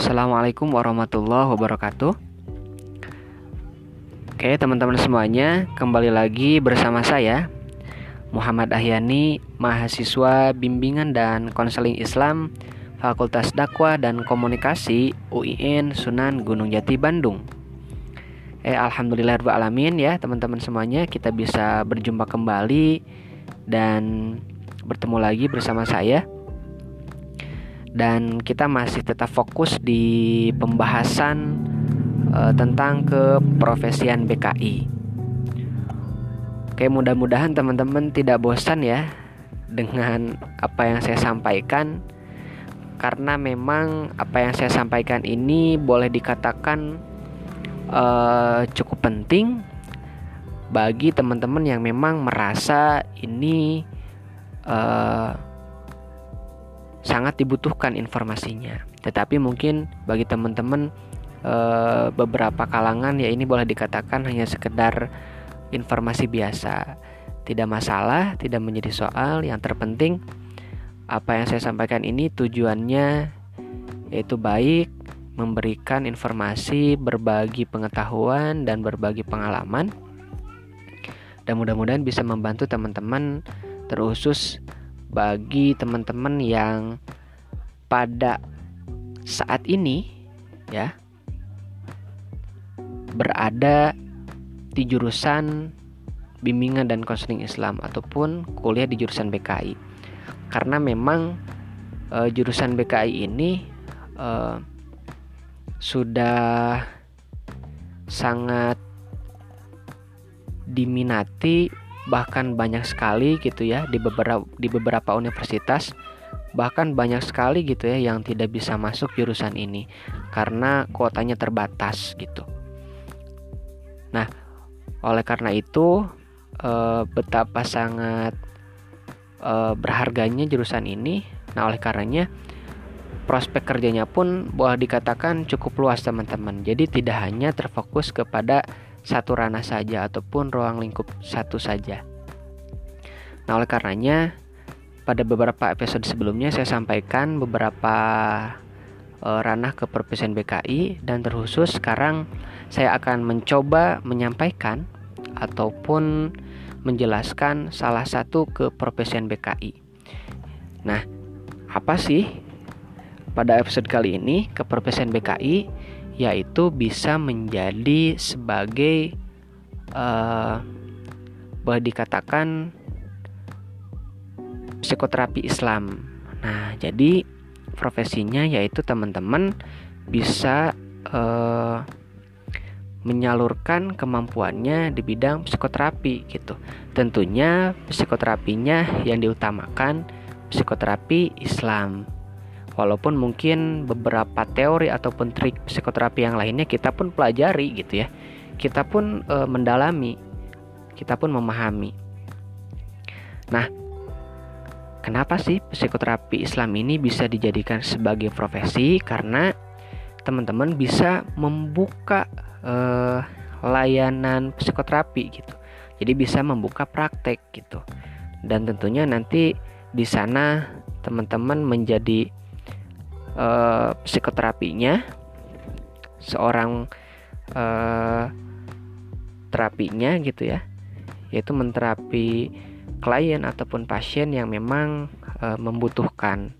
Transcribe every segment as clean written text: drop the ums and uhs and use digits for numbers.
Assalamualaikum warahmatullahi wabarakatuh. Oke teman-teman semuanya, kembali lagi bersama saya Muhammad Ahyani, mahasiswa bimbingan dan konseling Islam Fakultas Dakwah dan Komunikasi UIN Sunan Gunung Jati Bandung. Alhamdulillahirabbil alamin ya teman-teman semuanya, kita bisa berjumpa kembali dan bertemu lagi bersama saya. Dan kita masih tetap fokus di pembahasan tentang keprofesian BKI. Oke, mudah-mudahan teman-teman tidak bosan ya dengan apa yang saya sampaikan, karena memang apa yang saya sampaikan ini boleh dikatakan cukup penting bagi teman-teman yang memang merasa ini sangat dibutuhkan informasinya. Tetapi mungkin bagi teman-teman beberapa kalangan ya ini boleh dikatakan hanya sekedar informasi biasa. Tidak masalah, tidak menjadi soal. Yang terpenting apa yang saya sampaikan ini tujuannya yaitu baik, memberikan informasi, berbagi pengetahuan dan berbagi pengalaman. Dan mudah-mudahan bisa membantu teman-teman, terkhusus bagi teman-teman yang pada saat ini ya berada di jurusan bimbingan dan konseling Islam ataupun kuliah di jurusan BKI. Karena memang jurusan BKI ini sudah sangat diminati, bahkan banyak sekali gitu ya di beberapa universitas, bahkan banyak sekali gitu ya yang tidak bisa masuk jurusan ini karena kuotanya terbatas gitu. Nah, oleh karena itu betapa sangat berharganya jurusan ini. Nah, oleh karenanya prospek kerjanya pun boleh dikatakan cukup luas teman-teman. Jadi tidak hanya terfokus kepada satu ranah saja ataupun ruang lingkup satu saja. Nah, oleh karenanya pada beberapa episode sebelumnya saya sampaikan beberapa ranah keprofesian BKI, dan terkhusus sekarang saya akan mencoba menyampaikan ataupun menjelaskan salah satu keprofesian BKI. Nah, apa sih pada episode kali ini keprofesian BKI? Yaitu bisa menjadi sebagai boleh dikatakan psikoterapi Islam. Nah, jadi profesinya yaitu teman-teman bisa menyalurkan kemampuannya di bidang psikoterapi gitu. Tentunya psikoterapinya yang diutamakan psikoterapi Islam. Walaupun mungkin beberapa teori ataupun trik psikoterapi yang lainnya kita pun pelajari gitu ya. Kita pun mendalami, kita pun memahami. Nah, kenapa sih psikoterapi Islam ini bisa dijadikan sebagai profesi? Karena teman-teman bisa membuka layanan psikoterapi gitu. Jadi bisa membuka praktek gitu. Dan tentunya nanti di sana teman-teman menjadi psikoterapinya, seorang terapinya gitu ya, yaitu menterapi klien ataupun pasien yang memang membutuhkan.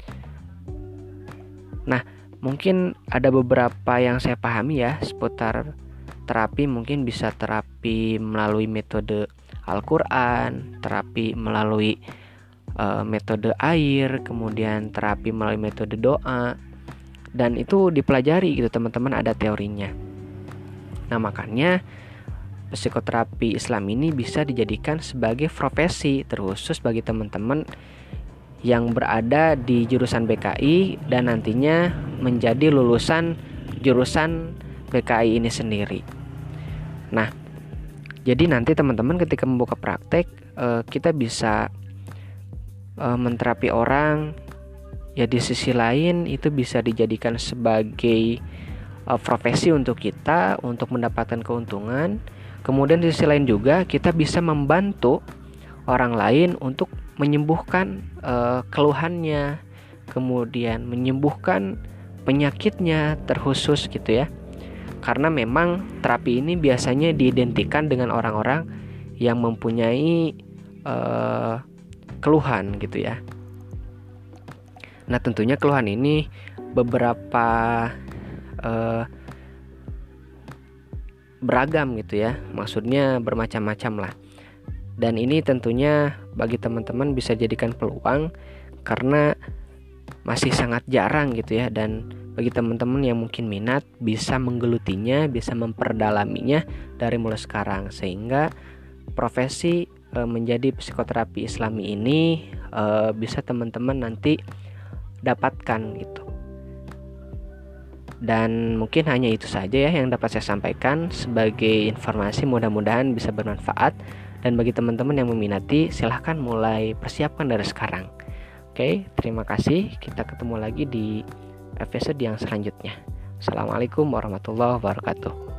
Nah, mungkin ada beberapa yang saya pahami ya seputar terapi. Mungkin bisa terapi melalui metode Al-Quran, terapi melalui metode air, kemudian terapi melalui metode doa, dan itu dipelajari gitu teman-teman, ada teorinya. Nah, makanya psikoterapi Islam ini bisa dijadikan sebagai profesi, terkhusus bagi teman-teman yang berada di jurusan BKI dan nantinya menjadi lulusan jurusan BKI ini sendiri. Nah, jadi nanti teman-teman ketika membuka praktek kita bisa menterapi orang ya, di sisi lain itu bisa dijadikan sebagai profesi untuk kita untuk mendapatkan keuntungan. Kemudian di sisi lain juga kita bisa membantu orang lain untuk menyembuhkan keluhannya, kemudian menyembuhkan penyakitnya terkhusus gitu ya. Karena memang terapi ini biasanya diidentikan dengan orang-orang yang mempunyai keluhan gitu ya. Nah, tentunya keluhan ini beberapa beragam gitu ya. Maksudnya bermacam-macam lah. Dan ini tentunya bagi teman-teman bisa jadikan peluang karena masih sangat jarang gitu ya, dan bagi teman-teman yang mungkin minat bisa menggelutinya, bisa memperdalaminya dari mulai sekarang, sehingga profesi menjadi psikoterapi Islami ini bisa teman-teman nanti dapatkan gitu. Dan mungkin hanya itu saja ya yang dapat saya sampaikan sebagai informasi, mudah-mudahan bisa bermanfaat. Dan bagi teman-teman yang meminati, silahkan mulai persiapkan dari sekarang. Oke, terima kasih. Kita ketemu lagi di episode yang selanjutnya. Assalamualaikum warahmatullahi wabarakatuh.